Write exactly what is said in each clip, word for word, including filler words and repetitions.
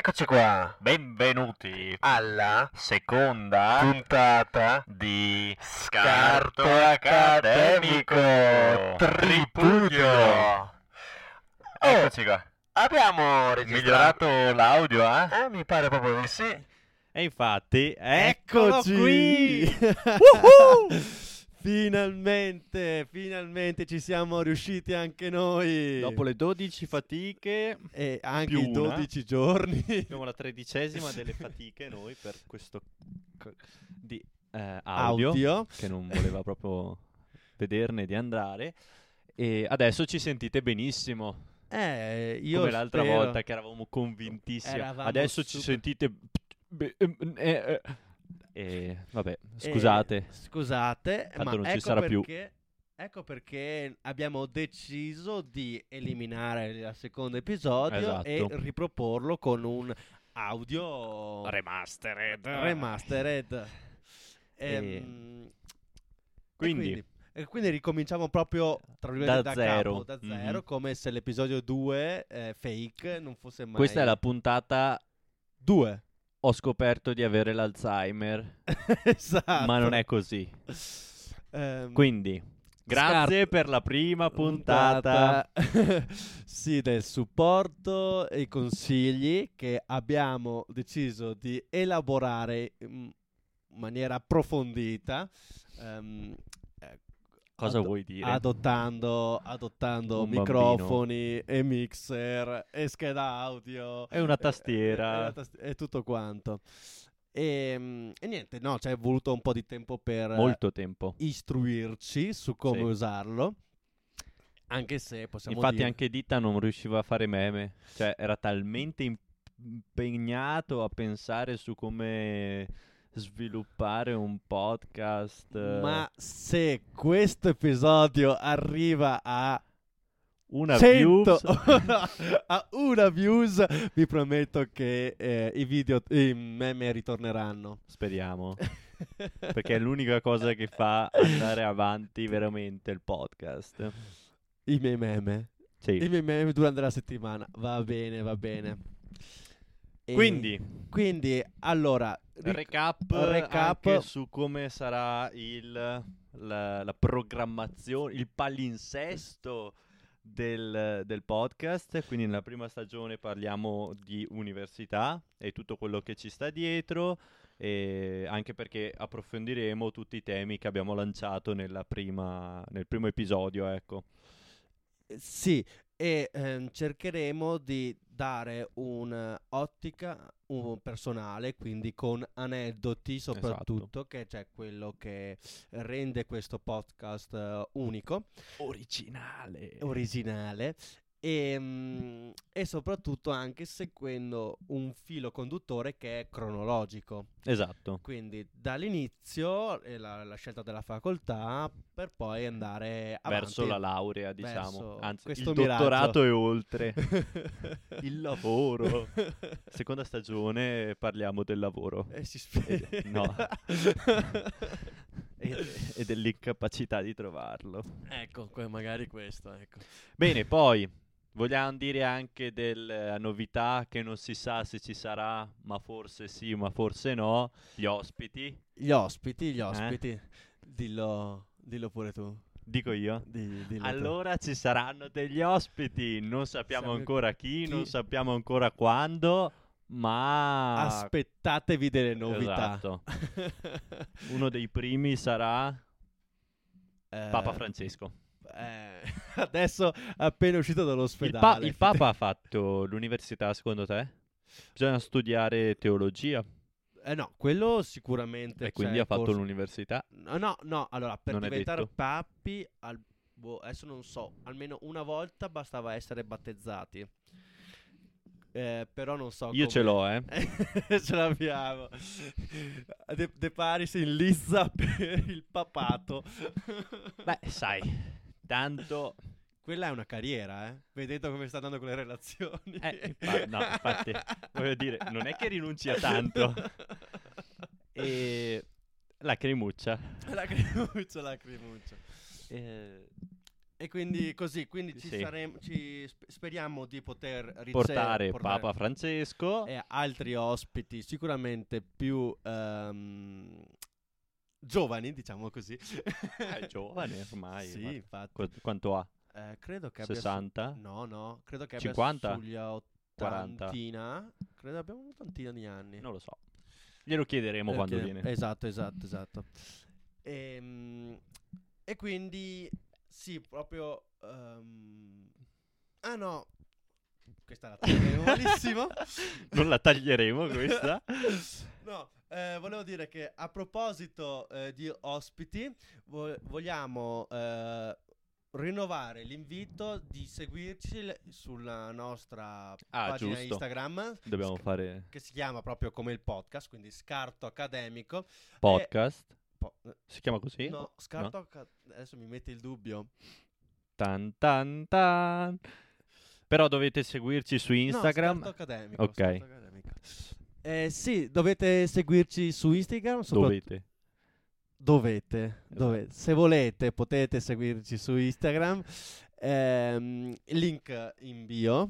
Eccoci qua, Benvenuti alla seconda puntata di Scarto Accademico Tripudio. Eccoci qua. Abbiamo registrato Migliorato l'audio, eh? Eh, mi pare proprio di sì. E infatti, Eccolo eccoci qui! Woohoo! Finalmente, finalmente ci siamo riusciti anche noi. Dopo le dodici fatiche e anche più i una. dodici giorni. abbiamo la tredicesima delle fatiche noi per questo c- di eh, audio, audio. che non voleva proprio vederne di andare. E adesso ci sentite benissimo. Eh, io Come l'altra spero. volta che eravamo convintissimi. Eravamo Adesso ci super- sentite. Beh, ehm, eh, eh. E vabbè, scusate. Eh, scusate, Tanto ma non ci ecco sarà più. perché, ecco perché abbiamo deciso di eliminare il secondo episodio Esatto. e riproporlo con un audio Remastered. remastered. E- Ehm, e Quindi, quindi, e quindi ricominciamo proprio tra virgolette, Da da, zero. capo, da zero, Mhm. come se l'episodio due eh, fake non fosse mai questa è la puntata. due. Ho scoperto di avere l'Alzheimer, Esatto. ma non è così. Ehm, Quindi, grazie Scar- per la prima puntata. puntata sì, del supporto e i consigli che abbiamo deciso di elaborare in maniera approfondita, ehm, eh, Cosa ad- vuoi dire? adottando, adottando Un bambino. microfoni e mixer e scheda audio È una e- tastiera. e, e, la tasti- e tutto quanto. E, e niente, no, ci è voluto un po' di tempo per Molto tempo. istruirci su come Sì. usarlo, anche se possiamo Infatti dire anche Dita non riusciva a fare meme, cioè era talmente im- impegnato a pensare su come sviluppare un podcast. eh, ma se questo episodio arriva a una cento views, a una views, vi prometto che eh, i video, i meme ritorneranno. speriamo, perché è l'unica cosa che fa andare avanti veramente il podcast. I miei meme. Sì. I miei meme durante la settimana. Va bene, va bene. E Quindi, quindi allora ric- recap, recap. anche su come sarà il, la, la programmazione, il palinsesto del, del podcast. Quindi nella prima stagione parliamo di università e tutto quello che ci sta dietro, e anche perché approfondiremo tutti i temi che abbiamo lanciato nella prima, nel primo episodio, ecco. Sì, e ehm, cercheremo di dare un'ottica uh, personale, quindi con aneddoti soprattutto, che c'è quello che rende questo podcast eh, unico, Originale. originale e, mm, e soprattutto anche seguendo un filo conduttore che è cronologico. Esatto. Quindi dall'inizio eh, la, la scelta della facoltà per poi andare avanti Verso la laurea, diciamo. verso Anzi, questo il miraggio. dottorato e oltre. Il lavoro. Seconda stagione parliamo del lavoro. E si spera. E- no. e, e dell'incapacità di trovarlo. Ecco, que- magari questo, ecco. Bene, poi vogliamo dire anche della novità che non si sa se ci sarà, ma forse sì, ma forse no. Gli ospiti. Gli ospiti, gli ospiti. Dillo, dillo pure tu. Dico io. Di- dillo tu. Allora ci saranno degli ospiti, non sappiamo Siamo- ancora chi, chi- non sappiamo ancora quando, ma aspettatevi delle novità. Esatto. Uno dei primi sarà Eh, Papa Francesco. eh, adesso appena uscito Il, dall'ospedale. pa- il Papa ha fatto l'università, secondo te? Bisogna studiare teologia Eh no, quello sicuramente. e quindi c'è ha fatto corso- l'università. No, no, no, allora per Non è diventare detto. papi, al- boh, adesso non so, almeno una volta bastava essere battezzati. Eh, però non so Io come- ce l'ho, eh. Ce l'abbiamo. De, De Paris in lizza per il papato. Beh, sai, tanto... Quella è una carriera, eh. Vedendo come sta andando con le relazioni. Eh, infa- no, infatti, voglio dire, non è che rinunci a tanto. E... Lacrimuccia. Lacrimuccia, lacrimuccia. Eh, E quindi così, quindi ci Sì. saremo, ci sp- speriamo di poter rice- Portare portare Papa Francesco. e altri ospiti sicuramente più ehm, giovani, diciamo così. È giovane ormai. Sì, ma- infatti. qu- quanto ha? Eh, credo che abbia su- sessanta? no, no, credo che abbia cinquanta? sugli quaranta? ottantina. Credo abbia un'ottantina di anni. Non lo so. Glielo chiederemo Eh, quando che- viene. Esatto, esatto, esatto. Ehm, E, quindi sì, proprio ehm, ah no, questa la taglieremo malissimo. Non la taglieremo questa. No, eh, volevo dire che a proposito eh, di ospiti, vo- vogliamo eh, rinnovare l'invito di seguirci le- sulla nostra Ah, pagina giusto. Instagram, Dobbiamo sc- fare che si chiama proprio come il podcast, quindi Scarto Accademico. podcast. Po- eh, Si chiama così? no, Scarto Acca- adesso mi mette il dubbio. Tan tan tan. Però dovete seguirci su Instagram. No, Scarto Accademico. Ok. Scarto Accademico. Eh, sì, dovete seguirci su Instagram. soprat- Dovete. Dovete, dovete. Se volete potete seguirci su Instagram. Ehm, link in bio.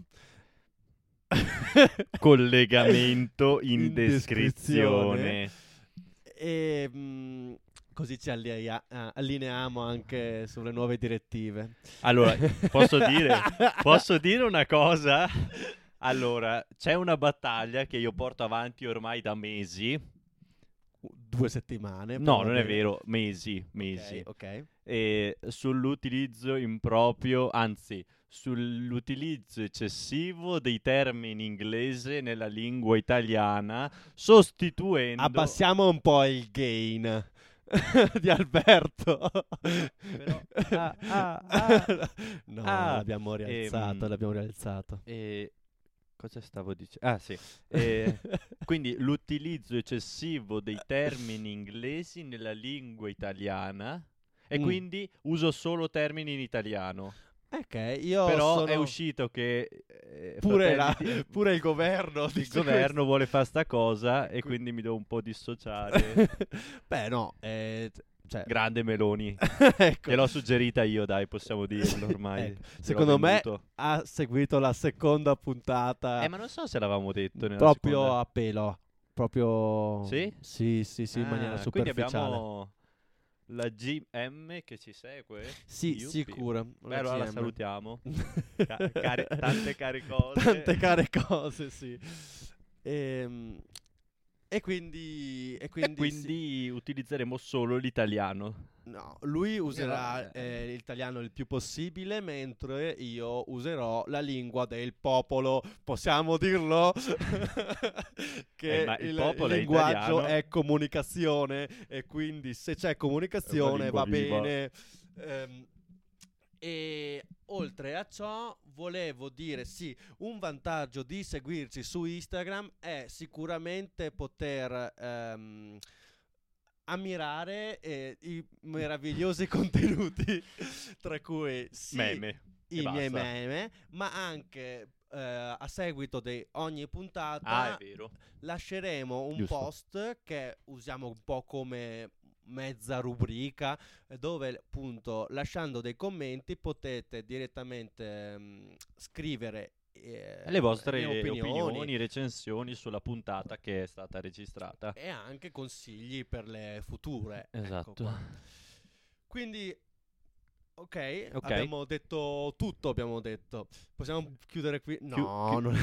Collegamento in, In descrizione. E mm, così ci allia- ah, allineiamo anche sulle nuove direttive. Allora, posso dire, posso dire una cosa? Allora, c'è una battaglia che io porto avanti ormai da mesi. Due settimane. No, però non va è bene. vero, mesi, mesi. Ok, ok. E sull'utilizzo improprio, anzi, sull'utilizzo eccessivo dei termini inglese nella lingua italiana, sostituendo... Abbassiamo un po' il gain di Alberto. Però- ah, ah, ah. no, Ah, l'abbiamo rialzato, ehm, l'abbiamo rialzato. E cosa stavo dicendo? Ah, sì. E quindi l'utilizzo eccessivo dei termini inglesi nella lingua italiana e Mm. quindi uso solo termini in italiano. Ok, io Però sono... è uscito che eh, pure, Fratelli la- di- pure il governo il dice governo vuole fare sta cosa e Que- quindi mi devo un po' dissociare. Beh, no, eh, t- cioè, Grande Meloni. ecco. Gliel'ho suggerita io, dai, possiamo dirlo ormai. Ecco, Gliel'ho secondo me venduto. ha seguito la seconda puntata Eh, ma non so se l'avevamo detto nella proprio seconda. a pelo. Proprio... Sì? Sì, sì, sì, in maniera Ah, quindi superficiale. abbiamo la G M che ci segue. Sì, Yuppie. sicuro. Beh, allora la G M. salutiamo. Ca- care- tante care cose. Tante care cose, sì. Ehm, E, quindi... E quindi, E quindi utilizzeremo solo l'italiano. sì. No, lui userà Eh, eh, l'italiano il più possibile, mentre io userò la lingua del popolo. Possiamo dirlo? che Eh, ma il il, popolo è linguaggio italiano. è comunicazione e quindi se c'è comunicazione lingua va viva. bene. Ehm, e oltre a ciò volevo dire sì, un vantaggio di seguirci su Instagram è sicuramente poter ehm, ammirare eh, i meravigliosi contenuti, tra cui sì, Meme. i e miei basta. meme, ma anche eh, a seguito di ogni puntata Ah, è vero. lasceremo un Giusto. post che usiamo un po' come mezza rubrica, eh, dove appunto lasciando dei commenti potete direttamente mm, scrivere eh, Le vostre le opinioni. recensioni sulla puntata che è stata registrata. e anche consigli per le future. Ecco Esatto. qua. Quindi ok, Ok. abbiamo detto tutto, abbiamo detto. Possiamo chiudere qui? No, chi- non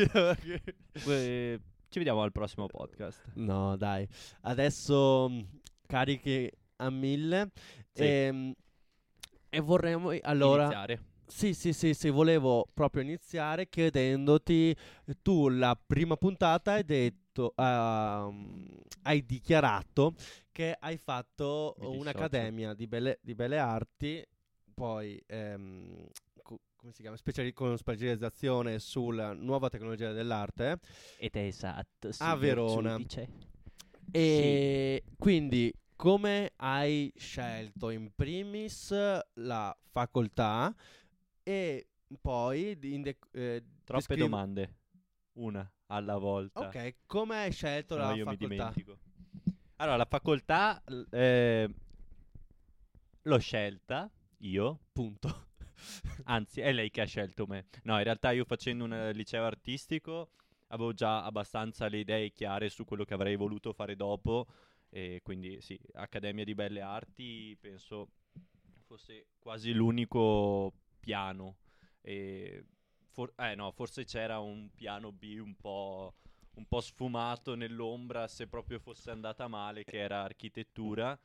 Eh, Ci vediamo al prossimo podcast. No, dai. Adesso mh, carichi a mille. Sì. ehm, E, vorremmo allora Iniziare. Sì, sì, sì, sì, volevo proprio iniziare chiedendoti, tu la prima puntata hai detto, ehm, hai dichiarato che hai fatto Mi dissocio. un'accademia di belle, di belle arti, poi ehm, co- come si chiama? Speciali- con specializzazione sulla nuova tecnologia dell'arte Ed è esatto. a Verona. E quindi come hai scelto in primis la facoltà e poi di- in de- eh, Troppe descriv- domande. Una alla volta. Ok, come hai scelto No, la io mi facoltà? dimentico. Allora, la facoltà l- eh, l'ho scelta io Punto. Anzi, è lei che ha scelto me. No, in realtà io facendo un eh, liceo artistico avevo già abbastanza le idee chiare su quello che avrei voluto fare dopo, e quindi sì, Accademia di Belle Arti penso fosse quasi l'unico piano. E for- eh no, forse c'era un piano B un po', un po' sfumato nell'ombra se proprio fosse andata male, che era architettura,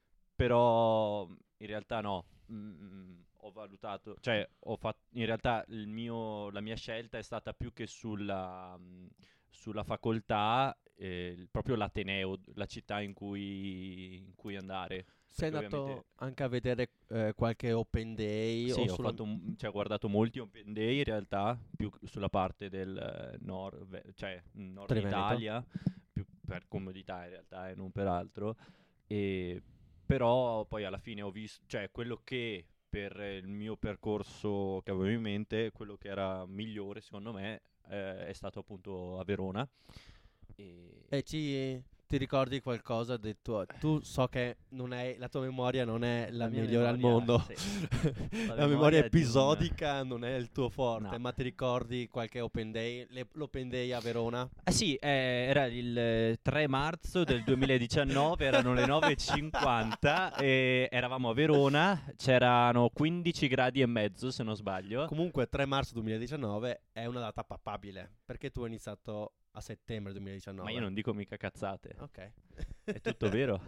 però in realtà no. Mm, ho valutato, cioè ho fatto, in realtà il mio, la mia scelta è stata più che sulla, mm, sulla facoltà, eh, il- proprio l'Ateneo, la città in cui, in cui andare. Sei Perché andato ovviamente anche a vedere eh, qualche open day sì, o ho solo... fatto, un- cioè, ho guardato molti open day in realtà, più sulla parte del eh, nord, ve- cioè mm, nord Triveneto? Italia, più per comodità in realtà e non per altro. E però poi alla fine ho visto, cioè quello che per il mio percorso che avevo in mente, quello che era migliore secondo me eh, è stato appunto a Verona. E E ci, ti ricordi qualcosa del tuo... Tu so che non è, la tua memoria non è la, La mia migliore al memoria, mondo. sì. La, La memoria memoria di un- episodica non è il tuo forte, No. ma ti ricordi qualche open day? Le- l'open day a Verona? Ah sì, eh, era il eh, tre marzo del duemiladiciannove, erano le nove e cinquanta e eravamo a Verona, c'erano quindici gradi e mezzo se non sbaglio. Comunque tre marzo duemiladiciannove è una data papabile, perché tu hai iniziato a settembre duemiladiciannove. Ma io non dico mica cazzate, Ok. è tutto vero.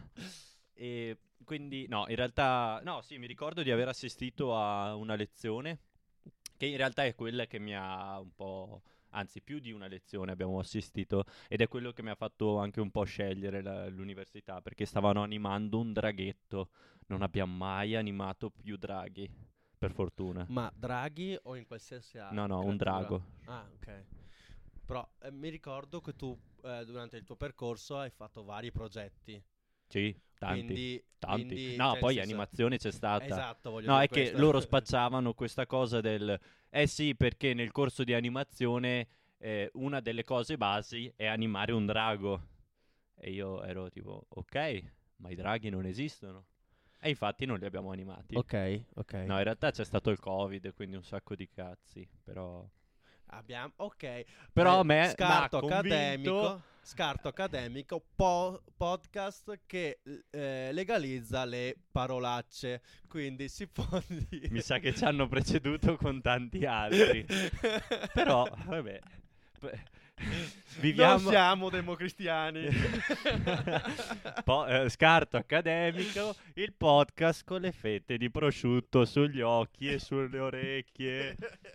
E quindi no, in realtà no, sì, mi ricordo di aver assistito a una lezione che in realtà è quella che mi ha un po', anzi più di una lezione abbiamo assistito, ed è quello che mi ha fatto anche un po' scegliere la- l'università, perché stavano animando un draghetto. Non abbiamo mai animato più draghi, per fortuna. Ma draghi o in qualsiasi altra No, no, un creatura? drago. Ah, ok. Però eh, mi ricordo che tu eh, durante il tuo percorso hai fatto vari progetti. Sì, tanti. Quindi, Tanti. quindi, No, cioè, nel poi senso- animazione c'è stata. Esatto, voglio No, dire è che questo. loro spacciavano questa cosa del eh sì, perché nel corso di animazione eh, una delle cose basi è animare un drago. E io ero tipo, ok, ma i draghi non esistono. E infatti non li abbiamo animati. Ok, ok. No, in realtà c'è stato il Covid, quindi un sacco di cazzi, però... Abbiamo, ok. Però Eh, a me scarto m'ha accademico, convinto- scarto accademico, po- podcast che eh, legalizza le parolacce, quindi si può dire. Mi sa che ci hanno preceduto con tanti altri. Però, vabbè. P- Viviamo... Non siamo democristiani. Po- eh, scarto accademico, il podcast con le fette di prosciutto sugli occhi e sulle orecchie,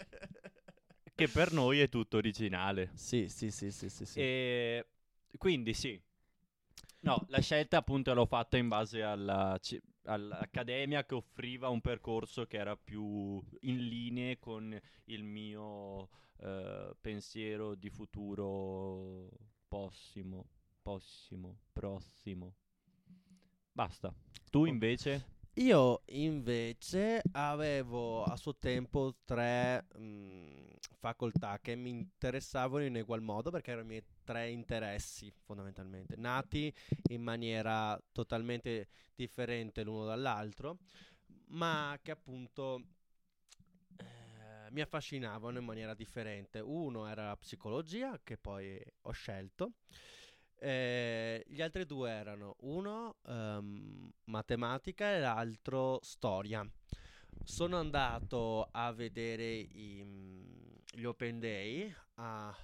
che per noi è tutto originale. Sì, sì, sì, sì, sì, sì. E quindi sì. No, la scelta appunto l'ho fatta in base alla ci- all'accademia che offriva un percorso che era più in linea con il mio eh, pensiero di futuro prossimo, prossimo, prossimo. Basta. Tu invece? Io invece avevo a suo tempo tre mh, facoltà che mi interessavano in egual modo perché erano i miei tre interessi fondamentalmente, nati in maniera totalmente differente l'uno dall'altro, ma che appunto eh, mi affascinavano in maniera differente. Uno era la psicologia, che poi ho scelto. Eh, gli altri due erano uno ehm, matematica e l'altro storia. Sono andato a vedere i, mm, gli open day a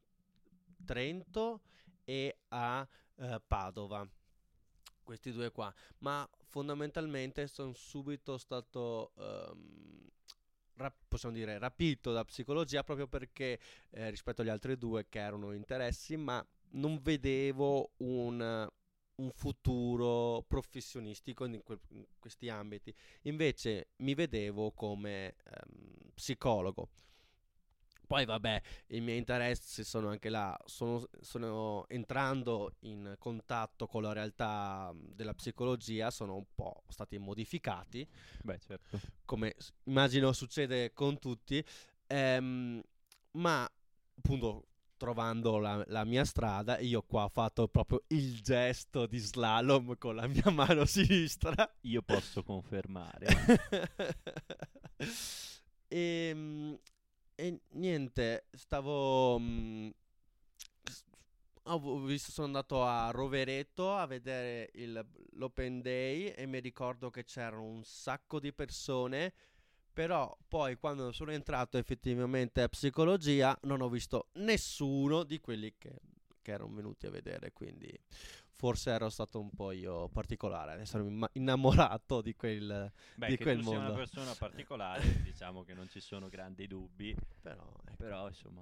Trento e a eh, Padova, questi due qua, ma fondamentalmente sono subito stato ehm, rap- possiamo dire rapito da psicologia proprio perché eh, rispetto agli altri due che erano interessi, ma non vedevo un, un futuro professionistico in, quel- in questi ambiti. Invece mi vedevo come ehm, psicologo. Poi vabbè, i miei interessi sono anche là, sono, sono entrando in contatto con la realtà mh, della psicologia, sono un po' stati modificati, Beh, certo. come s- immagino succede con tutti, ehm, ma appunto trovando la, la mia strada, io qua ho fatto proprio il gesto di slalom con la mia mano sinistra. Io posso confermare. E, mm, e niente, stavo... mm, s- ho visto, sono andato a Rovereto a vedere il- l'Open Day e mi ricordo che c'erano un sacco di persone, però poi quando sono entrato effettivamente a psicologia non ho visto nessuno di quelli che, che erano venuti a vedere, quindi forse ero stato un po' io particolare, adesso sono imma- innamorato di quel, Beh, di che quel tu sia una mondo. persona particolare, diciamo che non ci sono grandi dubbi, Però, ecco. però insomma...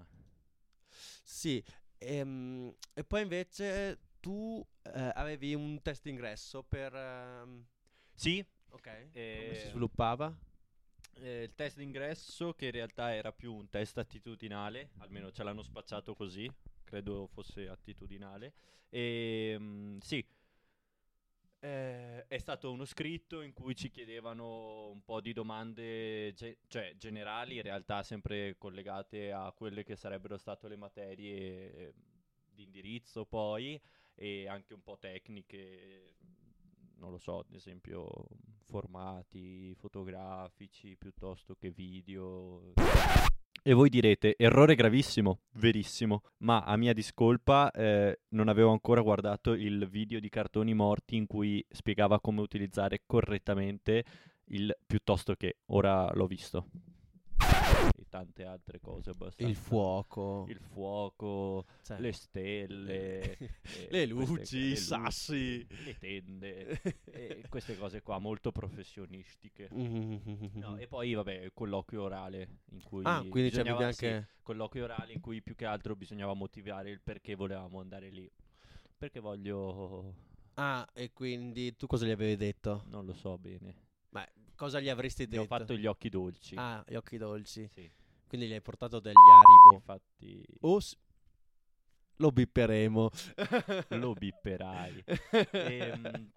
Sì, ehm, e poi invece tu eh, avevi un test ingresso per... ehm, Sì, ok, come si eh, sviluppava? eh, il test d'ingresso che in realtà era più un test attitudinale, almeno ce l'hanno spacciato così, credo fosse attitudinale. E mm, sì, eh, è stato uno scritto in cui ci chiedevano un po' di domande, ge- cioè generali, in realtà sempre collegate a quelle che sarebbero state le materie eh, di indirizzo poi, e anche un po' tecniche, non lo so, ad esempio formati fotografici piuttosto che video. E voi direte, errore gravissimo, verissimo, ma a mia discolpa eh, non avevo ancora guardato il video di Cartoni Morti in cui spiegava come utilizzare correttamente il piuttosto che, ora l'ho visto. E tante altre cose abbastanza. Il fuoco, Il fuoco, cioè, le stelle, le, eh, le queste- luci, le i luci, sassi. le tende, e queste cose qua molto professionistiche. No, e poi vabbè, il colloquio orale in cui Ah, quindi bisognava, c'avevi sì, anche... colloquio orale in cui più che altro bisognava motivare il perché volevamo andare lì. Perché voglio, Ah, e quindi tu cosa gli avevi detto? non lo so bene. Ma cosa gli avresti Gli ho detto? fatto gli occhi dolci. Ah, gli occhi dolci. Sì, Quindi gli hai portato degli Haribo. infatti O s- lo bipperemo. lo bipperai. Ehm,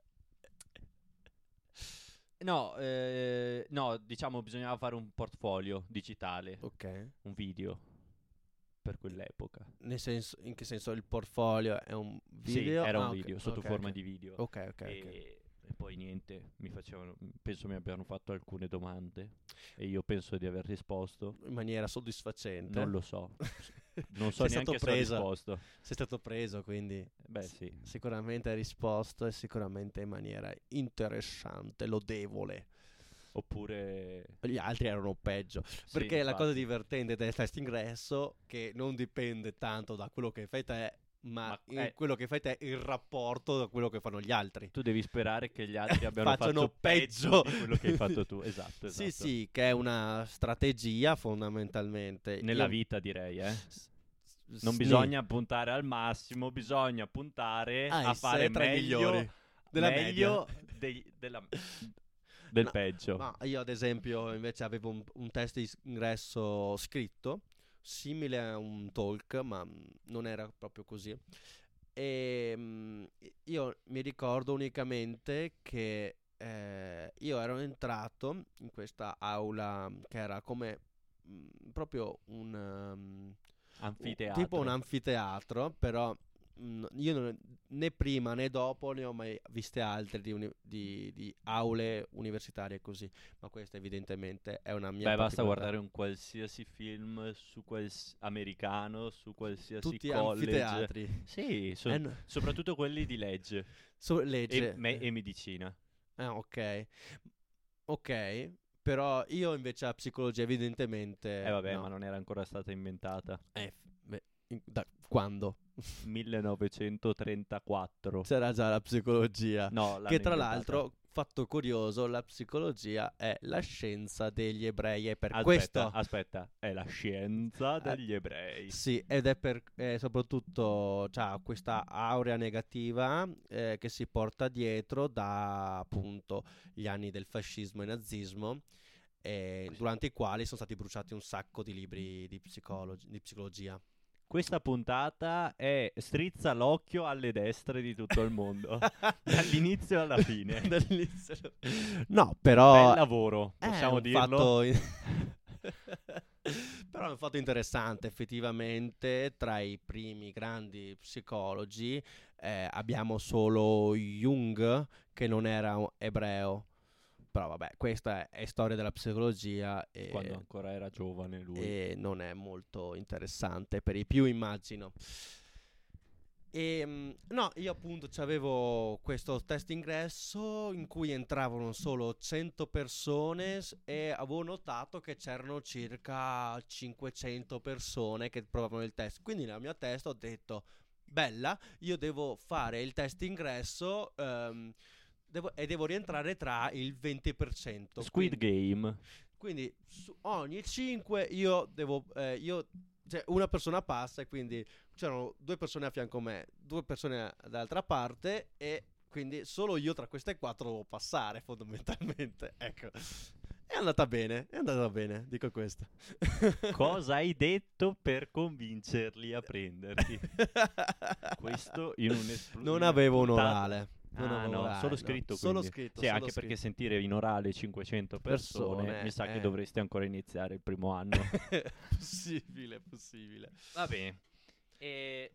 no, eh, no, diciamo bisognava fare un portfolio digitale, Ok. un video per quell'epoca. Nel senso, in che senso il portfolio è un Sì, video? era Ah, un ok, video, sotto ok, forma ok. di video. Ok, ok, ok. E, e poi niente, mi facevano, penso mi abbiano fatto alcune domande e io penso di aver risposto. In maniera soddisfacente. Non lo so, non so Sei stato neanche se ho preso. risposto. Sei stato preso, quindi Beh s- sì, sicuramente hai risposto e sicuramente in maniera interessante, lodevole. oppure... Gli altri erano peggio. sì, Perché la cosa infatti. divertente del test ingresso che non dipende tanto da quello che fai te, ma, Ma, in eh, quello che fai te il rapporto da quello che fanno gli altri. Tu devi sperare che gli altri abbiano Facciano fatto peggio. peggio di quello che hai fatto tu. Esatto, esatto. Sì, sì, che è una strategia fondamentalmente. Nella Io- vita direi, eh. s- s- Non sì. bisogna puntare al massimo, bisogna puntare A a essere fare tra i meglio, migliori della meglio media. dei- della- del No, peggio. Ma io ad esempio invece avevo un, un test di ingresso scritto, simile a un talk, ma mm, non era proprio così. E mm, io mi ricordo unicamente che eh, io ero entrato in questa aula che era come mm, proprio un... um, Anfiteatro. tipo un anfiteatro, però mm, io non- né prima né dopo ne ho mai viste altre di, uni- di- di aule universitarie così, ma questa evidentemente è una mia Beh, basta particolarità. guardare un qualsiasi film su quals- americano, su qualsiasi Tutti college. anfiteatri. Sì, so- Eh, no. soprattutto quelli di legge So- e, legge. me- e medicina. Ah, ok. Ok, però io invece a psicologia evidentemente... Eh vabbè, no. ma non era ancora stata inventata. Eh, f- beh, in- da quando? millenovecentotrentaquattro. C'era già la psicologia. No, l'hanno Che tra inventata. l'altro, fatto curioso, la psicologia è la scienza degli ebrei e per Aspetta, questo... aspetta, è la scienza Eh, degli ebrei. Sì, ed è per eh, soprattutto c'ha questa aurea negativa eh, che si porta dietro da appunto gli anni del fascismo e nazismo, eh, durante i quali sono stati bruciati un sacco di libri di, psicologi- di psicologia. Questa puntata è strizza l'occhio alle destre di tutto il mondo, dall'inizio alla fine. Dall'inizio. No, però Bel lavoro, è possiamo un dirlo. fatto in- Però è un fatto interessante, effettivamente, tra i primi grandi psicologi eh, abbiamo solo Jung che non era un ebreo. però vabbè, questa è, è storia della psicologia e, Quando ancora era giovane lui. e non è molto interessante per i più, immagino. E mm, no, io appunto c'avevo questo test ingresso in cui entravano solo cento persone s- e avevo notato che c'erano circa cinquecento persone che provavano il test. Quindi nella mia testa ho detto, bella, io devo fare il test ingresso ehm, devo- e devo rientrare tra il venti per cento. Squid Quindi, Game. quindi su ogni cinque io devo, eh, io, cioè una persona passa e quindi c'erano due persone a fianco a me, due persone dall'altra parte e quindi solo io tra queste quattro devo passare fondamentalmente. Ecco, è andata bene, è andata bene, dico questo. Cosa hai detto per convincerli a prenderti? Questo in un espl- Non in avevo un puntata- orale. Non Ah, avevo no, orale, solo no. scritto, Solo quindi. scritto, Sì, solo anche perché scritto. sentire in orale cinquecento persone, Persone, mi sa che eh. dovresti ancora iniziare il primo anno. Possibile, possibile. Va bene. E...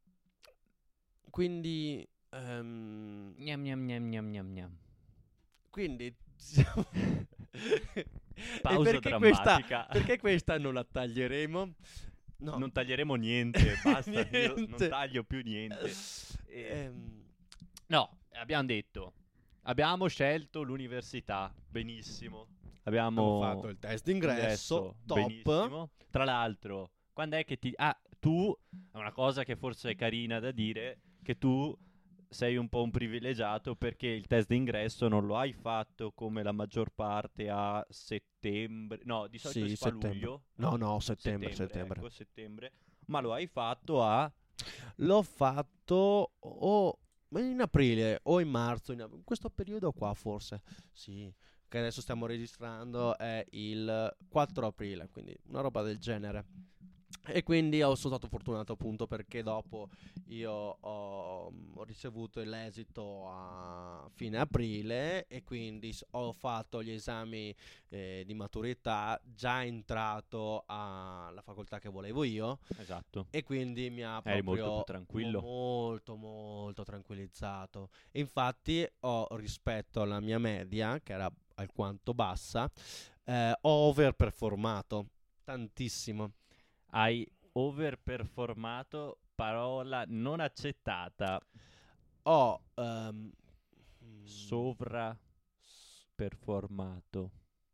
Quindi ehm, Gnam gnam gnam gnam gnam gnam. quindi diciamo- E Pausa perché questa, drammatica. perché questa non la taglieremo? No. Non taglieremo niente, basta, io non Niente. taglio più niente. E- Ehm, No, abbiamo detto, abbiamo scelto l'università, benissimo. Abbiamo abbiamo fatto il test d'ingresso, top. benissimo. Tra l'altro, quando è che ti... Ah, tu, è una cosa che forse è carina da dire, che tu sei un po' un privilegiato perché il test d'ingresso non lo hai fatto come la maggior parte a settembre, no, di solito Sì, si fa a settembre. luglio. No, no, settembre, settembre, settembre. ecco, settembre. Ma lo hai fatto a... L'ho fatto o in aprile o in marzo, in, in questo periodo qua forse. Sì, che adesso stiamo registrando è il quattro aprile, quindi una roba del genere. E quindi ho- sono stato fortunato appunto perché dopo io ho, ho ricevuto l'esito a fine aprile e quindi s- ho fatto gli esami eh, di maturità, già entrato alla facoltà che volevo io Esatto. e quindi mi ha Eri proprio molto più tranquillo. mo- molto molto tranquillizzato. E infatti ho, rispetto alla mia media che era alquanto bassa, eh, ho overperformato tantissimo. Hai overperformato, parola non accettata, Ho ehm, mm, sovraperformato.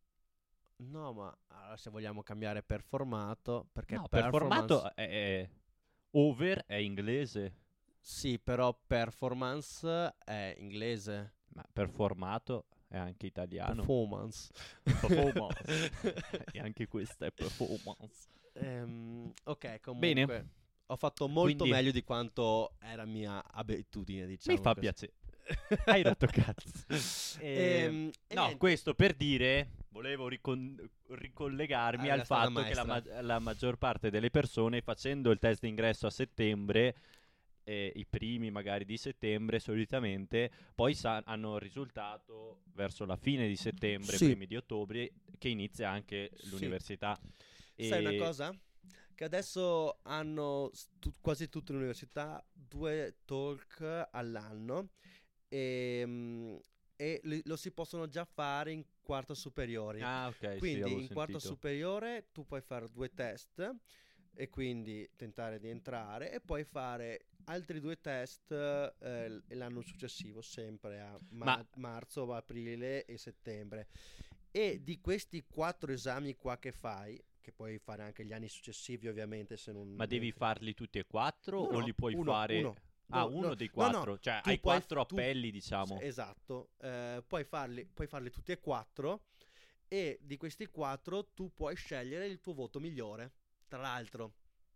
no, ma allora se vogliamo cambiare performato, perché No, performance performato è, è- over è inglese, sì, però performance è inglese. ma performato è anche italiano. Performance. Performance. E anche questa è performance. Ehm, ok, comunque Bene. ho fatto molto Quindi- meglio di quanto era mia abitudine, diciamo Mi fa così. piacere. Hai rotto cazzo. Ehm, e no, niente. questo per dire, volevo ricon- ricollegarmi Alla al strada fatto che la, maestra. ma- la maggior parte delle persone facendo il test d'ingresso a settembre, eh, i primi magari di settembre solitamente, poi sa- hanno il risultato verso la fine di settembre, Sì. primi di ottobre, che inizia anche Sì. l'università. Sai E- una cosa? Che adesso hanno s- tu- quasi tutte le università due talk all'anno e, mm, e li- lo si possono già fare in quarto superiori. Ah, ok, sì, Quindi avevo in quarto sentito. superiore tu puoi fare due test e quindi tentare di entrare e poi fare altri due test eh, l- l'anno successivo, sempre a ma- Ma- marzo, aprile e settembre. E di questi quattro esami qua che fai, che puoi fare anche gli anni successivi ovviamente se non... Ma devi farli tutti e quattro No, o no, li puoi uno, fare... uno. Ah, No, uno no, dei no, no, quattro, cioè tu hai puoi- quattro tu- appelli, diciamo. Esatto, eh, puoi, farli, puoi farli tutti e quattro e di questi quattro tu puoi scegliere il tuo voto migliore, tra l'altro.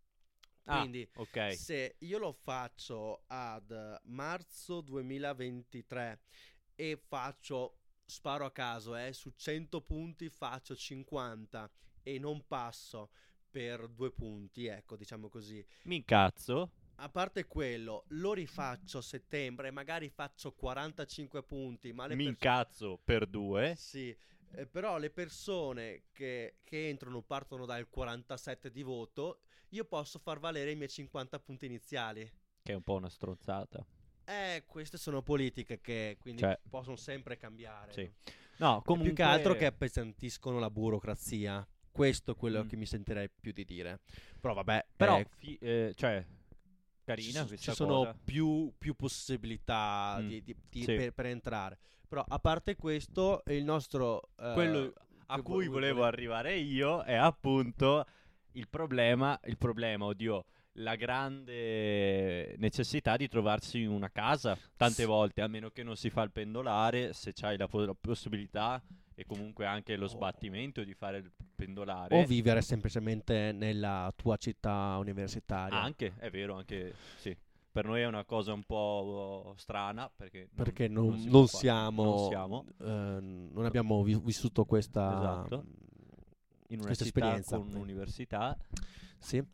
Ah, Quindi ok. se io lo faccio ad marzo duemilaventitré e faccio, sparo a caso, eh, su cento punti faccio cinquanta e non passo per due punti, ecco, diciamo così. Mi incazzo. A parte quello, lo rifaccio a settembre, magari faccio quarantacinque punti, ma le Mi perso- incazzo per due. Sì, eh, però le persone che, che entrano partono dal quarantasette di voto, io posso far valere i miei cinquanta punti iniziali. Che è un po' una stronzata. Eh, queste sono politiche che quindi Cioè, possono sempre cambiare. sì. no? No, comunque... Più che altro che appesantiscono la burocrazia. Questo è quello Mm. che mi sentirei più di dire. Però vabbè, Però, eh, fi- eh, cioè, carina ci, questa ci sono cosa. più, più possibilità Mm, di- di- di- sì. per, per entrare. Però a parte questo, il nostro... eh, Quello a che cui vo- volevo vole- arrivare io è appunto il problema, il problema, oddio, la grande necessità di trovarsi una casa tante S- volte, a meno che non si fa il pendolare, se c'hai la, po- la possibilità e comunque anche lo Oh. sbattimento di fare il O pendolare. vivere semplicemente nella tua città universitaria. Anche, è vero, anche sì. Per noi è una cosa un po' strana perché non, Perché non, non si non può fare. siamo, Non siamo eh, non abbiamo vi- vissuto questa, Esatto. in una questa città esperienza. con un'università. Sì. E,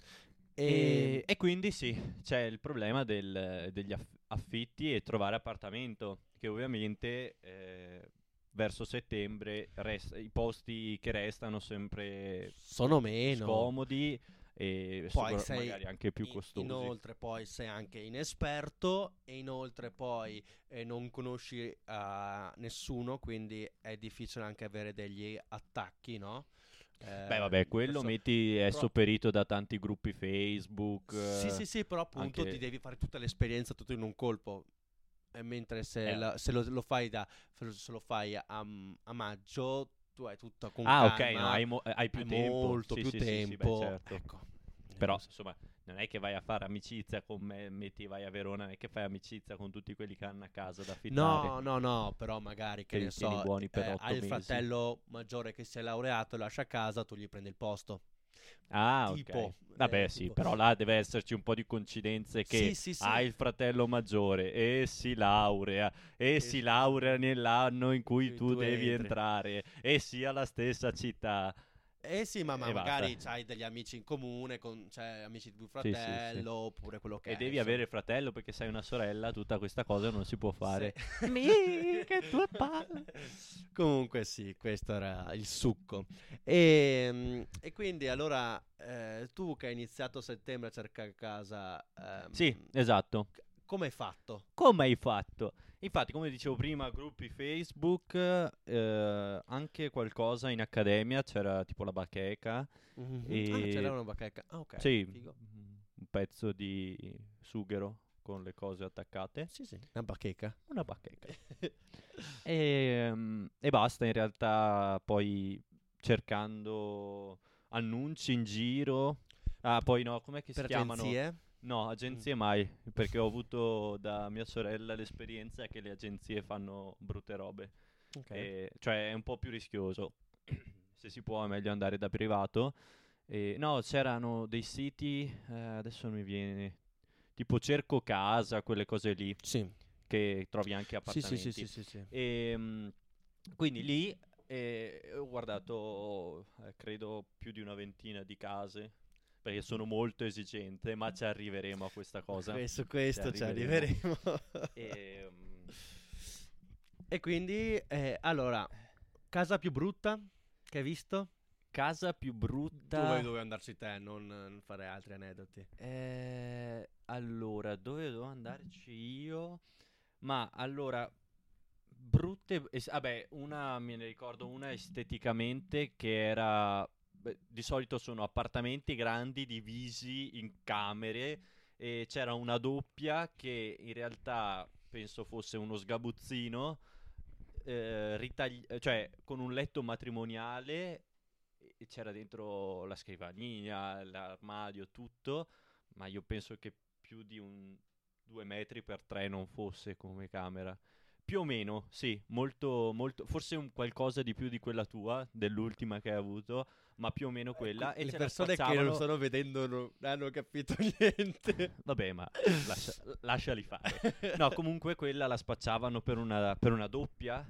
E, e quindi sì, c'è il problema del- degli aff- affitti e trovare appartamento, che ovviamente eh, verso settembre rest- i posti che restano sempre sono meno. scomodi e Poi sicur- sei magari anche più i- costosi. Inoltre poi sei anche inesperto e inoltre poi eh, non conosci eh, nessuno, quindi è difficile anche avere degli attacchi, no? Eh, Beh, vabbè, quello perso- metti è però- sopperito da tanti gruppi Facebook. Sì, eh, sì, sì, però appunto anche- ti devi fare tutta l'esperienza tutto in un colpo. E mentre se, Eh. la- se lo, lo fai da se lo fai a, a maggio, tu hai tutto con Ah, ok, calma, no, hai, mo- hai più hai tempo. molto Sì, più sì, sì, sì, beh, tempo. certo. Ecco. Però, insomma, non è che vai a fare amicizia con me, metti vai a Verona, non è che fai amicizia con tutti quelli che hanno a casa da affittare. No, no, no, però magari che Che ne li tieni so, buoni per eh, otto hai il mesi. fratello maggiore che si è laureato e lascia a casa, tu gli prendi il posto. Ah, Tipo, ok. Vabbè, eh, sì, tipo. però là deve esserci un po' di coincidenze che Sì, sì, sì. hai il fratello maggiore e si laurea e si sì. laurea nell'anno in cui Cui tu tu devi entri. entrare e sia la stessa città. Eh sì, ma, ma E magari basta. hai degli amici in comune, con, cioè amici di tuo Sì, sì, sì. fratello, oppure quello che E è. devi insomma. avere il fratello perché sei una sorella, tutta questa cosa non si può fare. Sì. Mi, che due palle. Comunque sì, questo era il succo. E, mm, e quindi allora eh, tu che hai iniziato a settembre a cercare casa, ehm, Sì, esatto. come hai fatto? Come hai fatto? Infatti, come dicevo prima, gruppi Facebook, eh, anche qualcosa in accademia, c'era tipo la bacheca. Mhm. E- Ah, c'era una bacheca. Ah, ok. Sì, Figo. un pezzo di sughero con le cose attaccate. Sì, sì, una bacheca. Una bacheca. e, mm, e basta, in realtà poi cercando annunci in giro. Ah, poi no, com'è che Per si chiamano? agenzie? No, agenzie mai, perché ho avuto da mia sorella l'esperienza che le agenzie fanno brutte robe. Ok. E- cioè è un po' più rischioso. Se si può è meglio andare da privato. E, no, c'erano dei siti, eh, adesso non mi viene, tipo Cerco Casa, quelle cose lì, Sì. che trovi anche Sì, appartamenti. sì, sì, sì, sì, sì. E, mm, quindi lì eh, ho guardato, eh, credo, più di una ventina di case, perché sono molto esigente, ma ci arriveremo a questa cosa. Que- Su questo ci arriveremo. arriveremo. E, mm, E quindi, eh, allora, casa più brutta che hai visto? casa più brutta... Dove dovevi andarci te, non, non fare altri aneddoti. Eh, allora, dove dovevo andarci io? Ma allora, brutte... es- vabbè, una me ne ricordo una esteticamente che era... beh, di solito sono appartamenti grandi divisi in camere e c'era una doppia che in realtà penso fosse uno sgabuzzino, eh, ritagli- eh, cioè con un letto matrimoniale e c'era dentro la scrivania, l'armadio, tutto, ma io penso che più di un due metri per tre non fosse come camera. Più o meno, sì, molto, molto, forse un qualcosa di più di quella tua, dell'ultima che hai avuto, ma più o meno quella. E Le ce la persone che spazzavano- non stanno vedendo non hanno capito niente. Vabbè, ma lascia- lasciali fare. No, comunque quella la spacciavano per una, per una doppia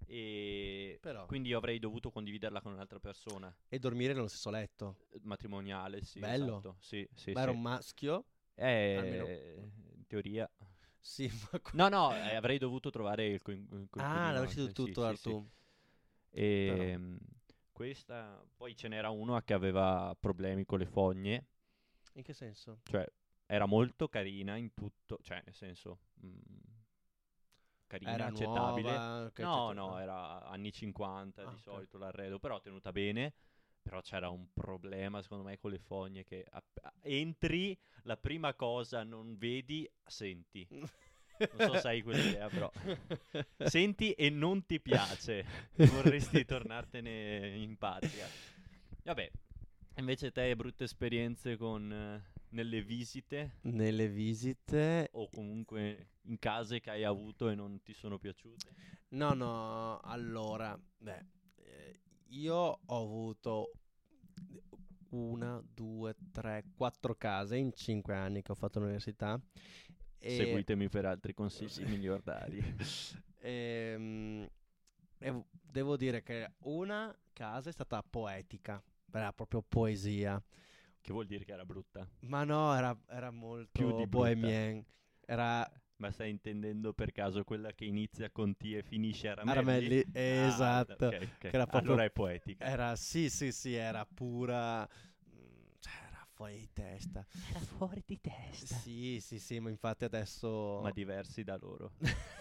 e Però. quindi io avrei dovuto condividerla con un'altra persona. E dormire nello stesso letto. Eh, Matrimoniale, sì, Bello. esatto. Sì, sì, Ma era sì. un maschio? Eh, almeno- in teoria. Sì, ma co- No, no, eh, avrei dovuto trovare il, coin- il coinquilino Ah, l'avresti anche, dovuto sì, trovare sì, sì. tu. E Però. mm, questa, poi ce n'era uno che aveva problemi con le fogne, In che senso? cioè era molto carina in tutto, cioè nel senso, mm, carina, Era accettabile. nuova, che No, c'è- no, era anni cinquanta Ah, di ok. solito l'arredo, però tenuta bene. Però c'era un problema, secondo me, con le fogne che app- entri, la prima cosa non vedi, senti. Non so se hai quell'idea, però senti e non ti piace. Vorresti tornartene in patria. Vabbè, invece te hai brutte esperienze con eh, nelle visite Nelle visite, o comunque in case che hai avuto e non ti sono piaciute? no, no, allora, beh, eh, io ho avuto una, due, tre, quattro case in cinque anni che ho fatto l'università. E Seguitemi per altri consigli miliardari. Ehm, e v- devo dire che una casa è stata poetica, era proprio poesia. Che vuol dire che era brutta? Ma no, era, era Più molto di brutta. bohemien. Era Ma stai intendendo per caso quella che inizia con T e finisce a Ramelli? Aramelli, Ah, esatto. ok, ok. Che era proprio, Allora è poetica. Era, sì, sì, sì, era pura. mm, Cioè, era fuori di testa. Era fuori di testa. Sì, sì, sì, ma infatti adesso. Ma diversi da loro.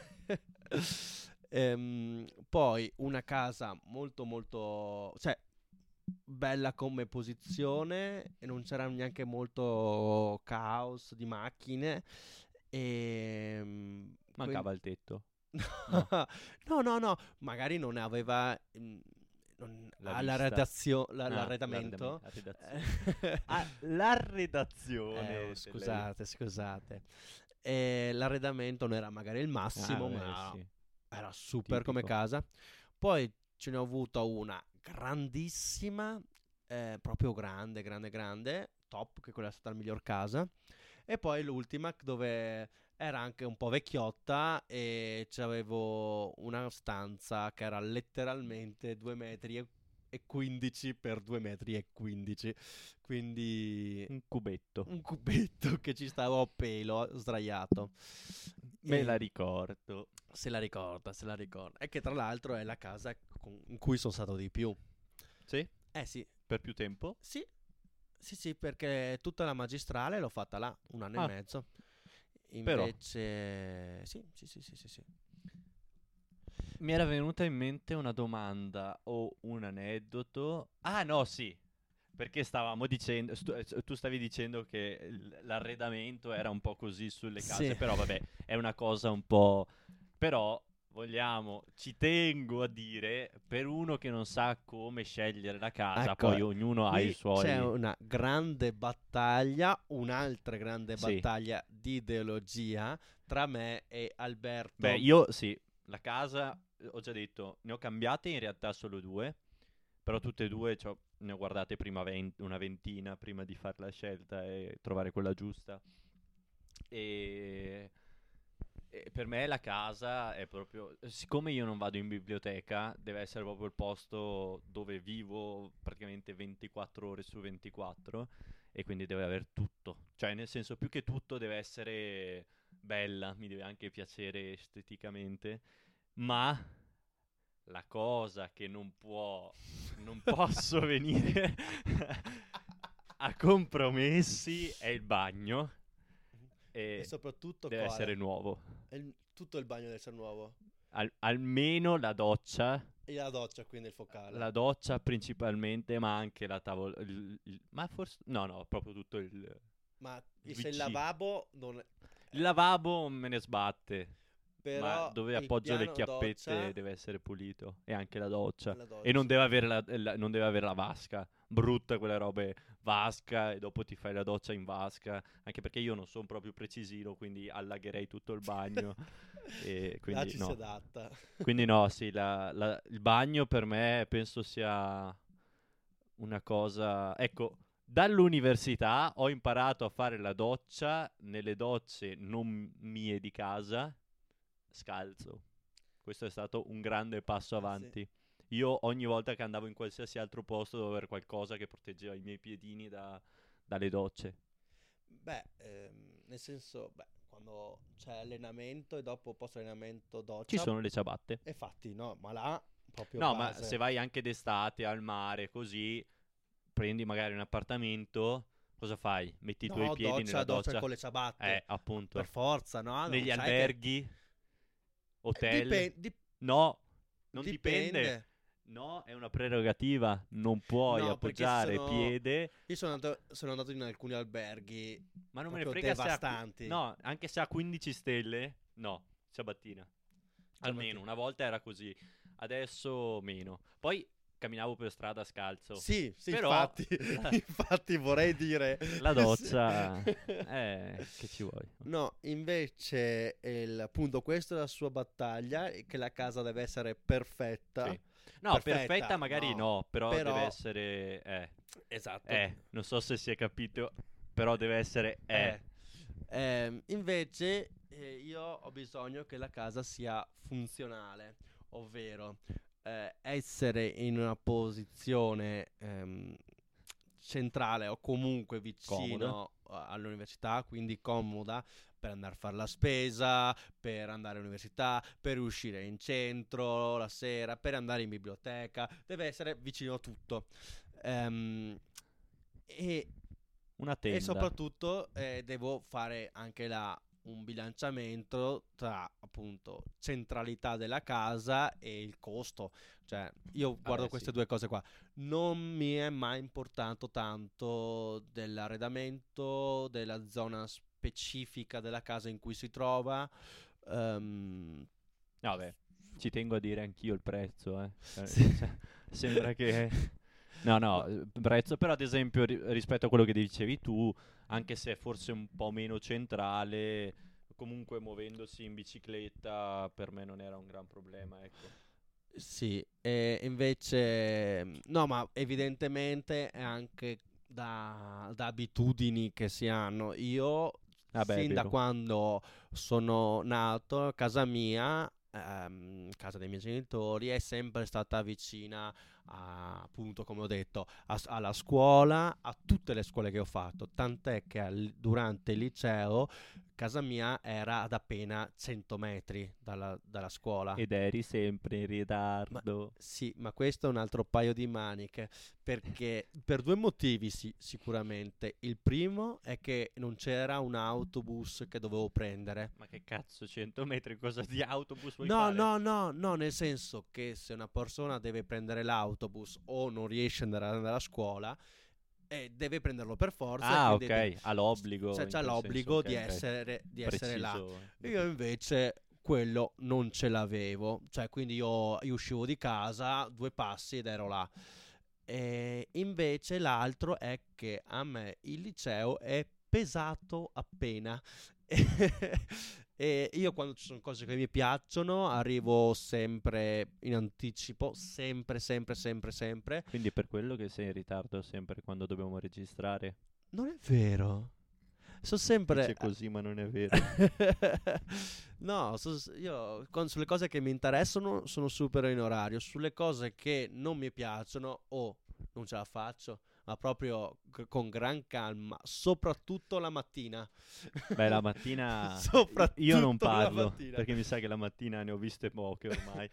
Ehm, poi una casa molto molto, cioè, bella come posizione e non c'era neanche molto caos di macchine e Mancava il tetto. no, no, no, magari non aveva mm, non- La ah, la vista. redazio- la- Ah, l'arredamento. l'arredame- Ah, l'arredazione. Eh, oh, delle- scusate, scusate. E l'arredamento non era magari il Ah, massimo, vabbè, ma sì. era super come Tipico. casa. Poi ce ne ho avuta una grandissima, eh, proprio grande, grande, grande, top, che quella è stata la miglior casa. E poi l'ultima dove era anche un po' vecchiotta e c'avevo una stanza che era letteralmente due metri e e quindici per due metri e quindici. Quindi Un cubetto. un cubetto che ci stava a pelo sdraiato. Me E- la ricordo. Se la ricorda, se la ricorda. E che tra l'altro è la casa con- in cui sono stato di più. Sì? Eh sì, Per più tempo? sì, sì, sì, perché tutta la magistrale l'ho fatta là, un anno Ah. e mezzo. Però. Invece, sì, sì, sì, sì, sì, sì. Mi era venuta in mente una domanda o un aneddoto. Ah, no, sì. Perché stavamo dicendo, stu- eh, tu stavi dicendo che l- l'arredamento era un po' così sulle case, Sì. però vabbè, è una cosa un po'. Però vogliamo, ci tengo a dire, per uno che non sa come scegliere la casa, Ecco, poi ognuno ha qui i suoi. c'è una grande battaglia, un'altra grande Sì. battaglia di ideologia tra me e Alberto. Beh, io sì, la casa, eh, ho già detto, ne ho cambiate in realtà solo due, però tutte e due c'ho- ne ho guardate prima ven- una ventina prima di fare la scelta e trovare quella giusta. E, e per me la casa è proprio, siccome io non vado in biblioteca, deve essere proprio il posto dove vivo praticamente ventiquattro ore su ventiquattro e quindi deve aver tutto. Cioè, nel senso, più che tutto deve essere bella, mi deve anche piacere esteticamente, ma la cosa che non può, non posso venire a compromessi è il bagno E e soprattutto deve quale? essere nuovo. È il- tutto il bagno deve essere nuovo. Al- almeno la doccia, E la doccia, quindi il focale. la doccia principalmente, ma anche la tavola, il- il- ma forse, no, no, proprio tutto il, Ma il se il V C. lavabo non è... Il lavabo me ne sbatte, Però ma dove il appoggio le piano chiappette doccia- deve essere pulito e anche la doccia. la doccia. E non deve avere la, la- non deve avere la vasca. Brutta quelle robe vasca e dopo ti fai la doccia in vasca. Anche perché io non sono proprio precisino, quindi allagherei tutto il bagno. e Là quindi ci no. si adatta. Quindi no, sì, la- la- il bagno per me penso sia una cosa. Ecco, dall'università ho imparato a fare la doccia nelle docce non mie di casa, scalzo. Questo è stato un grande passo Ah, sì. avanti. Io ogni volta che andavo in qualsiasi altro posto dovevo avere qualcosa che proteggeva i miei piedini da- dalle docce. Beh, ehm, nel senso, beh, quando c'è allenamento e dopo post allenamento doccia. Ci sono le ciabatte. E infatti, no, ma là proprio No, ma base. se vai anche d'estate al mare, così prendi magari un appartamento, cosa fai? Metti i tuoi No, piedi doccia, nella doccia doccia. con le ciabatte. Eh, appunto. Per forza, no? Non Negli sai che- alberghi hotel. Dipen- dip- No, non dipende. dipende. No, è una prerogativa. Non puoi No, perché appoggiare sono- piede. Io sono andato, sono andato in alcuni alberghi Ma non me ne proprio frega se ha, devastanti. no, anche se ha quindici stelle, no, ciabattina. Almeno una volta era così, adesso meno. Poi camminavo per strada scalzo. Sì, sì, Però- infatti, infatti vorrei dire... La doccia, eh, che ci vuoi? No, invece il, appunto questa è la sua battaglia, è che la casa deve essere perfetta. Sì. No, perfetta, Perfetta, magari no, no, però, però- deve essere, eh, Esatto. eh, non so se si è capito, però deve essere, eh. Ehm, invece eh, io ho bisogno che la casa sia funzionale, ovvero eh, essere in una posizione ehm, centrale o comunque vicino a- all'università, quindi comoda per andare a fare la spesa, per andare all'università, per uscire in centro la sera, per andare in biblioteca, deve essere vicino a tutto. Ehm, e Una tenda. e soprattutto eh, devo fare anche la, un bilanciamento tra appunto centralità della casa e il costo. Cioè, io guardo sì. queste due cose qua. Non mi è mai importato tanto dell'arredamento, della zona specifica della casa in cui si trova. Ehm, No, beh, ci tengo a dire anch'io il prezzo, eh. Cioè, Sì. cioè, sembra che... No, no, eh, prezzo, però ad esempio ri- rispetto a quello che dicevi tu, anche se è forse un po' meno centrale, comunque muovendosi in bicicletta per me non era un gran problema, ecco. Sì, e invece no, ma evidentemente è anche da, da abitudini che si hanno. Io, Ah beh, è sin da vero. quando sono nato, casa mia, ehm, casa dei miei genitori, è sempre stata vicina a, appunto, come ho detto, a- alla scuola, a tutte le scuole che ho fatto. Tant'è che al- durante il liceo casa mia era ad appena cento metri dalla, dalla scuola. Ed eri sempre in ritardo. Sì, ma questo è un altro paio di maniche, perché per due motivi sì, sicuramente. Il primo è che non c'era un autobus che dovevo prendere. Ma che cazzo, cento metri, cosa di autobus vuoi No, fare? no, no, no, nel senso che se una persona deve prendere l'autobus o non riesce ad andare andare a scuola, eh, deve prenderlo per forza. e Ah, quindi ok, devi- ha l'obbligo. Cioè in c'ha quel l'obbligo senso, ok, di, ok. essere, di essere là. Preciso. Io invece quello non ce l'avevo, cioè quindi io, io uscivo di casa, due passi ed ero là. E invece l'altro è che a me il liceo è pesato appena. E io quando ci sono cose che mi piacciono arrivo sempre in anticipo, sempre, sempre, sempre, sempre. Quindi è per quello che sei in ritardo sempre quando dobbiamo registrare. Non è vero. Sono sempre... Dice così, ma non è vero. No, so- io con- sulle cose che mi interessano sono super in orario, sulle cose che non mi piacciono o non ce la faccio, ma proprio c- con gran calma, soprattutto la mattina. Beh, la mattina Soprattutto io non la parlo, mattina. perché mi sa che la mattina ne ho viste poche ormai.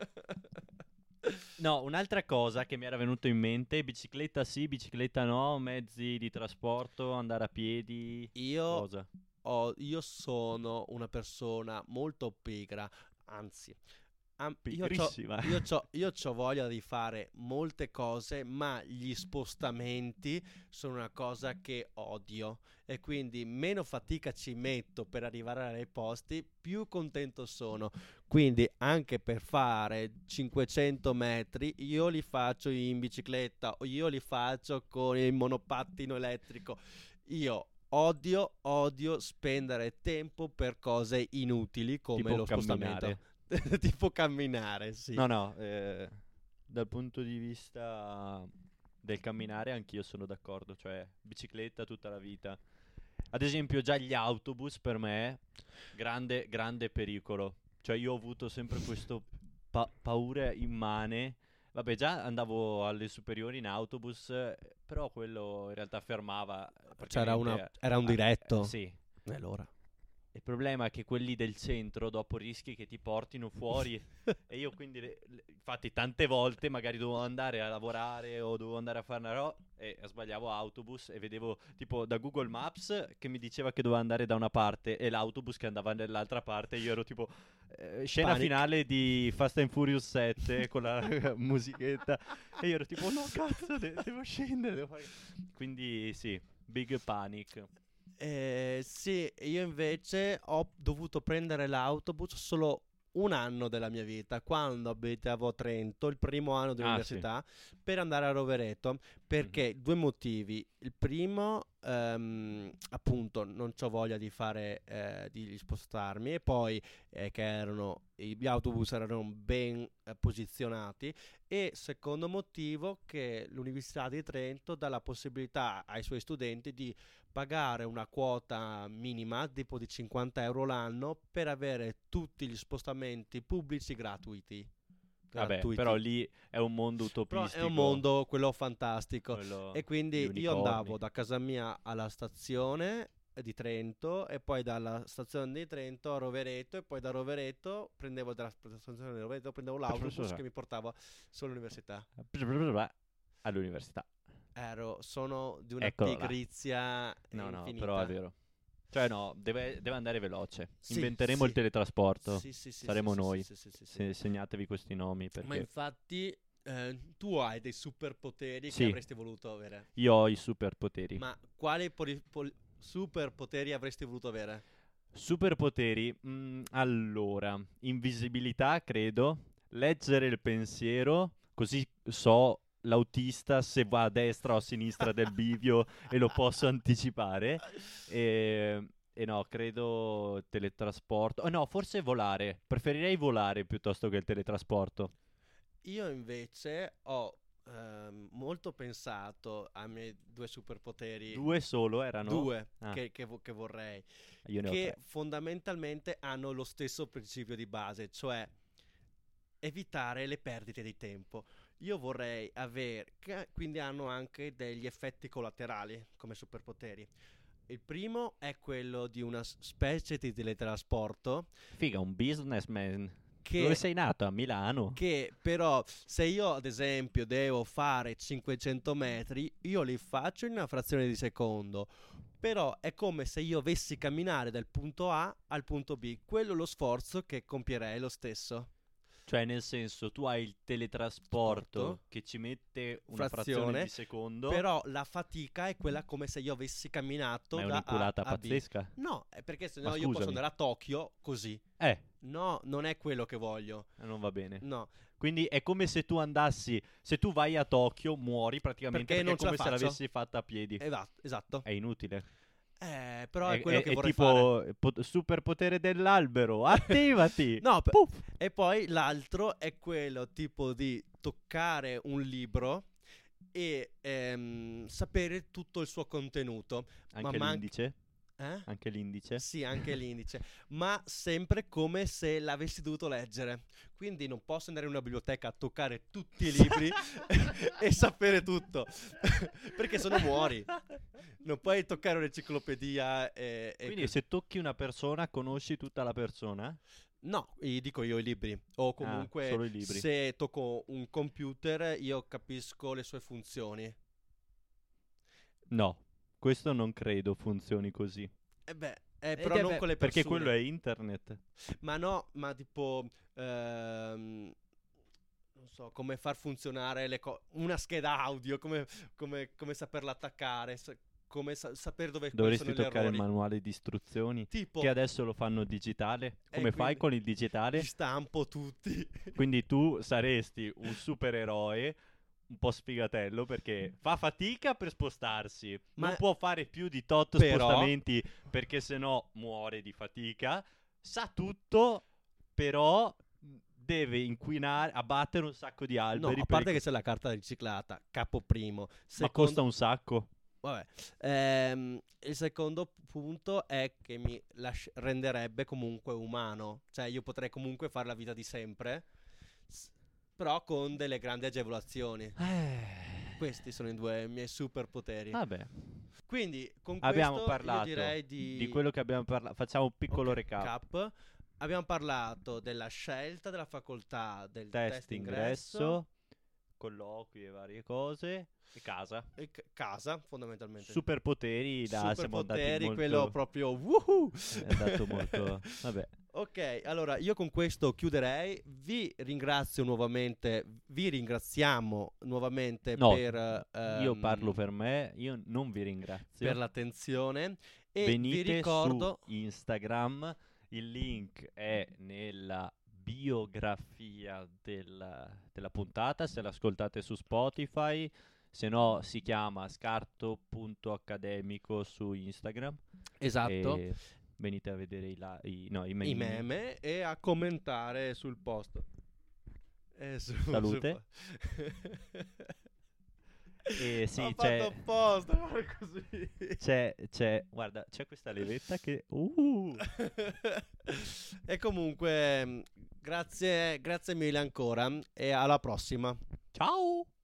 No, un'altra cosa che mi era venuto in mente, bicicletta sì, bicicletta no, mezzi di trasporto, andare a piedi, Io cosa? ho- io sono una persona molto pigra, anzi, am- io c'ho, Pigrissima. io c'ho- io c'ho voglia di fare molte cose, ma gli spostamenti sono una cosa che odio e quindi meno fatica ci metto per arrivare ai posti, più contento sono. Quindi anche per fare cinquecento metri io li faccio in bicicletta o io li faccio con il monopattino elettrico. Io odio, odio spendere tempo per cose inutili come Tipo lo spostamento. Tipo camminare, sì. No, no, eh, dal punto di vista del camminare anch'io sono d'accordo, cioè bicicletta tutta la vita. Ad esempio già gli autobus per me, grande, grande pericolo. Cioè io ho avuto sempre questo pa- paura immane. Vabbè, già andavo alle superiori in autobus, eh, però quello in realtà fermava. C'era una- praticamente- era un ah, diretto? eh, sì. E allora? Il problema è che quelli del centro dopo rischi che ti portino fuori e io quindi, le- le- infatti tante volte magari dovevo andare a lavorare o dovevo andare a fare una roba e sbagliavo autobus e vedevo tipo da Google Maps che mi diceva che dovevo andare da una parte e l'autobus che andava nell'altra parte e io ero tipo eh, scena Panic. finale di Fast and Furious sette con la musichetta e io ero tipo no cazzo de- devo scendere, devo fare... Quindi sì, big panic. Eh, sì, io invece ho dovuto prendere l'autobus solo un anno della mia vita, quando abitavo a Trento, il primo anno dell'università, per andare a Rovereto, perché due motivi. Il primo, ehm, appunto, non c'ho voglia di fare, eh, di spostarmi, e poi eh, che erano, gli autobus erano ben eh, posizionati, e secondo motivo che l'Università di Trento dà la possibilità ai suoi studenti di pagare una quota minima tipo di cinquanta euro l'anno per avere tutti gli spostamenti pubblici gratuiti. Vabbè, gratuiti. però lì è un mondo Però utopistico. è un mondo quello fantastico. quello E quindi di io andavo unicorni. da casa mia alla stazione di Trento e poi dalla stazione di Trento a Rovereto e poi da Rovereto prendevo dalla stazione di Rovereto prendevo l'autobus che mi portava sull'università. All'università. Ero, sono di una Eccola là. pigrizia No, no, infinita. però è vero. Cioè no, deve, deve andare veloce. Sì, Inventeremo sì. il teletrasporto. Sì, sì, sì, Saremo sì, sì, noi. sì, sì, sì, sì. Se- segnatevi questi nomi Ma perché infatti eh, tu hai dei superpoteri Sì. che avresti voluto avere. io ho i superpoteri. Ma quali poli- pol- superpoteri avresti voluto avere? Superpoteri, mm, allora, invisibilità credo, leggere il pensiero, così so l'autista se va a destra o a sinistra del bivio e lo posso anticipare. E, e no, credo teletrasporto. Oh, no, forse volare. Preferirei volare piuttosto che il teletrasporto. Io invece ho ehm, molto pensato ai miei due superpoteri. Due solo erano? Due Ah, che, che vo- che vorrei. io ne ho Che tre. fondamentalmente hanno lo stesso principio di base, cioè evitare le perdite di tempo. Io vorrei avere, che quindi hanno anche degli effetti collaterali come superpoteri. Il primo è quello di una s- specie di teletrasporto Figa, un businessman. che, Dove sei nato? A Milano? che però se io ad esempio devo fare cinquecento metri, io li faccio in una frazione di secondo. Però è come se io avessi camminare dal punto A al punto B. Quello è lo sforzo che compierei lo stesso. Cioè, nel senso, tu hai il teletrasporto Sporto. che ci mette una frazione, Frazione, di secondo, Però la fatica è quella come se io avessi camminato ma è da A un'inculata a B. pazzesca. No, è perché se Ma no io posso scusami. andare a Tokyo così. Eh, No, non è quello che voglio. non va bene. No, Quindi è come se tu andassi, se tu vai a Tokyo, muori praticamente Perché perché, non è ce la come se faccio. l'avessi fatta a piedi. esatto, esatto. È inutile. Eh, però è, È, quello è- che è vorrei fare. tipo po- superpotere dell'albero. Attivati! No, per- Puff! e poi l'altro è quello tipo di toccare un libro e ehm, sapere tutto il suo contenuto. Anche ma man- l'indice? Eh? Anche l'indice? Sì, anche l'indice, ma sempre come se l'avessi dovuto leggere. Quindi non posso andare in una biblioteca a toccare tutti i libri e sapere tutto, perché se no muori. Non puoi toccare un'enciclopedia e, e Quindi così. se tocchi una persona, conosci tutta la persona? No, gli dico io i libri. O comunque Ah, solo i libri. se tocco un computer io capisco le sue funzioni. No, questo non credo funzioni così. E beh, eh, Eh, però beh, non beh, con le perché persone. quello è internet. Ma no, ma tipo, ehm, non so, come far funzionare le cose. Una scheda audio, come, come, come saperla attaccare, sa- come sa- sapere dove quali Dovresti sono gli toccare il errori. manuale di istruzioni, Tipo, che adesso lo fanno digitale. Eh, Come fai quindi- con il digitale? li stampo tutti. Quindi tu saresti un supereroe un po' sfigatello perché fa fatica per spostarsi, Ma- non può fare più di tot Però- spostamenti perché sennò muore di fatica, sa tutto, però deve inquinare, abbattere un sacco di No, alberi. a per parte i- che c'è la carta riciclata, capo primo. Ma Secondo- costa un sacco. Vabbè, ehm, il secondo punto è che mi lasci- renderebbe comunque umano, cioè io potrei comunque fare la vita di sempre, s- però con delle grandi agevolazioni. Eh, Questi sono i due miei superpoteri. vabbè. Quindi con Abbiamo questo parlato io direi di, di quello che abbiamo parlato. Facciamo un piccolo Ok, recap. cap. Abbiamo parlato della scelta della facoltà, del Test, test ingresso, ingresso, colloqui e varie cose. E casa. e c- casa fondamentalmente. Superpoteri, da siamo andati Superpoteri, molto... quello proprio woohoo! È andato molto... Vabbè. Ok, allora io con questo chiuderei. Vi ringrazio nuovamente, vi ringraziamo nuovamente No, per io ehm, parlo per me, io non vi ringrazio. per l'attenzione e Venite vi ricordo su Instagram, il link è nella biografia del- della puntata, se l'ascoltate su Spotify, se no si chiama scarto punto accademico su Instagram. esatto E venite a vedere i, la- i, no, i i meme. meme e a commentare sul post. Eh, su- Salute. su- E sì, Ho c'è, fatto apposta fare così. c'è, c'è, guarda, c'è questa levetta che... Uh, E comunque, mh, grazie, grazie mille ancora e alla prossima. ciao!